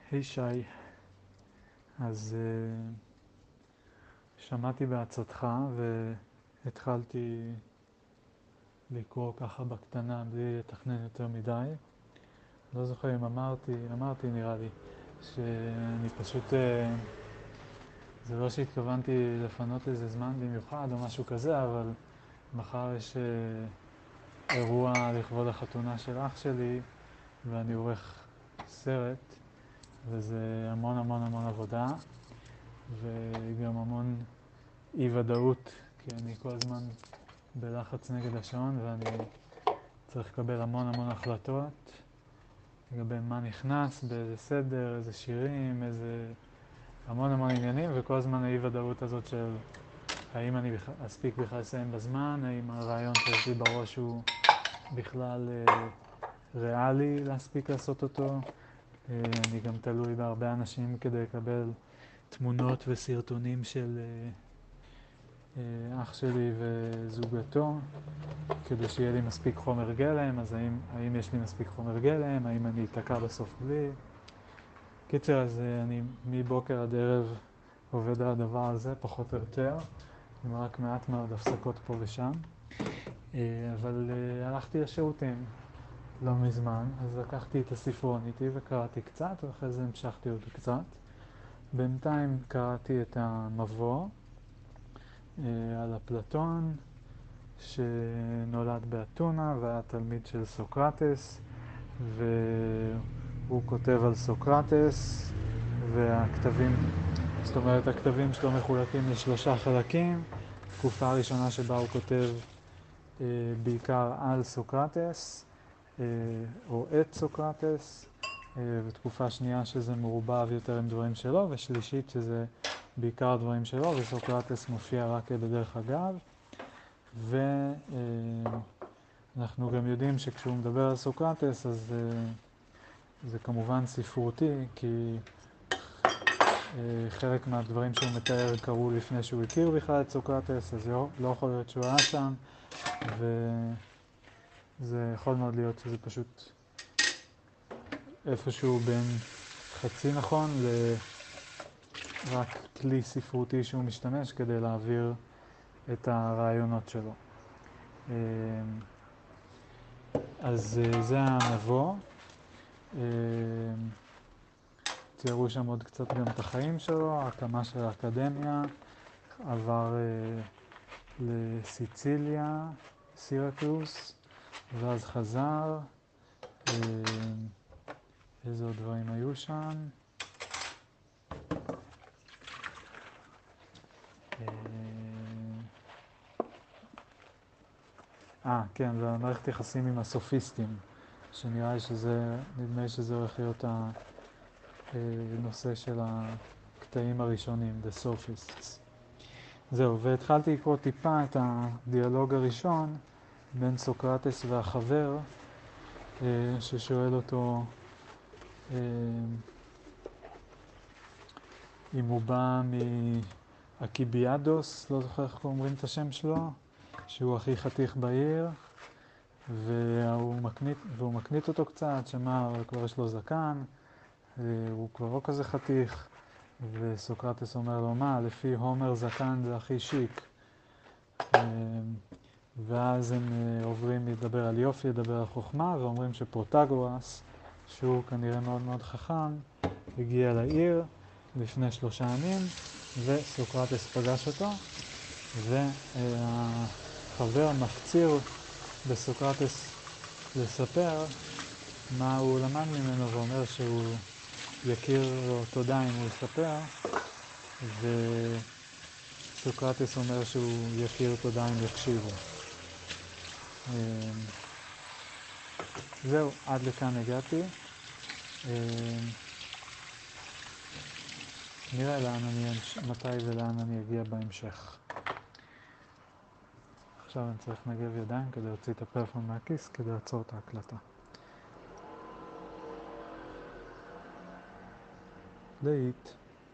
היי שי, אז שמעתי בעצתך והתחלתי לקרוא ככה בקטנה בלי לתכנן יותר מדי. לא זוכר אם אמרתי נראה לי, שאני פשוט, זה לא שהתכוונתי לפנות לזה זמן במיוחד או משהו כזה, אבל מחר יש אירוע לכבוד החתונה של אח שלי ואני עורך סרט, וזה המון המון המון עבודה וגם המון אי ודאות, כי אני כל הזמן בלחץ נגד השעון ואני צריך לקבל המון המון החלטות לגבי מה נכנס, באיזה סדר, איזה שירים, איזה המון המון עניינים, וכל הזמן האי ודאות הזאת של האם אני אספיק בכלל לסיים בזמן, האם הרעיון שיש לי בראש הוא בכלל ריאלי להספיק לעשות אותו. אני גם תלוי בהרבה אנשים כדי לקבל תמונות וסרטונים של אח שלי וזוגתו, כדי שיהיה לי מספיק חומר גלם. אז האם יש לי מספיק חומר גלם, האם אני אתקע בסוף בלי. קיצר, אז אני מבוקר עד ערב עובד על הדבר הזה, פחות או יותר, עם רק מעט מאוד הפסקות פה ושם. אבל הלכתי לשירותים לא מזמן, אז לקחתי את הספרון איתי וקראתי קצת, ואחרי זה המשכתי עוד קצת. בינתיים קראתי את המבוא על אפלטון, שנולד באתונה והיה תלמיד של סוקרטס, והוא כותב על סוקרטס, והכתבים, זאת אומרת הכתבים שלו מחולקים לשלושה חלקים. תקופה הראשונה שבה הוא כותב בעיקר על סוקרטס או את סוקרטס, ותקופה שנייה שזה מעורבב יותר עם דברים שלו, ושלישית שזה בעיקר דברים שלו וסוקרטס מופיע רק בדרך אגב. ואנחנו גם יודעים שכשהוא מדבר על סוקרטס אז זה כמובן ספרותי, כי חלק מהדברים שהוא מתאר קרו לפני שהוא הכיר בכלל את סוקרטס, אז לא יכול להיות שהוא היה שם, וזה יכול מאוד להיות שזה פשוט איפשהו בין חצי נכון לרק כלי ספרותי שהוא משתמש כדי להעביר את הרעיונות שלו. אז זה המבוא. תיארו שם עוד קצת גם את החיים שלו, הקמה של האקדמיה, עבר לסיציליה, סירקוס, ואז חזר. איזה עוד דברים היו שם? כן, זה מערכת יחסים עם הסופיסטים, שנראה לי נדמה לי שזה הולך להיות הנושא של הקטעים הראשונים, The Sophists. זהו, והתחלתי לקרוא טיפה את הדיאלוג הראשון בין סוקרטס והחבר, ששואל אותו אם הוא בא מאקיביאדוס, לא זוכר איך אומרים את השם שלו, שהוא הכי חתיך בעיר, והוא מקנית אותו קצת, שמה, כבר יש לו זקן, הוא כבר לא כזה חתיך, וסוקרטס אומר לו, מה, לפי הומר זקן זה הכי שיק. ואז הם עוברים לדבר על יופי, לדבר על חוכמה, ואומרים שפרוטגורס, שהוא כנראה מאוד מאוד חכם, הגיע לעיר לפני 3 ימים, וסוקרטס פגש אותו, והחבר מפציר בסוקרטס לספר מה הוא למד ממנו, ואומר שהוא יכיר לו תודה אם הוא יספר, וסוקרטס אומר שהוא יכיר תודה אם יקשיבו. זהו, עד לכאן הגעתי. נראה מתי ולאן אני אגיע בהמשך. עכשיו אני צריך לנגב ידיים כדי להוציא את הפלאפון מהכיס כדי לעצור את ההקלטה. להתראות.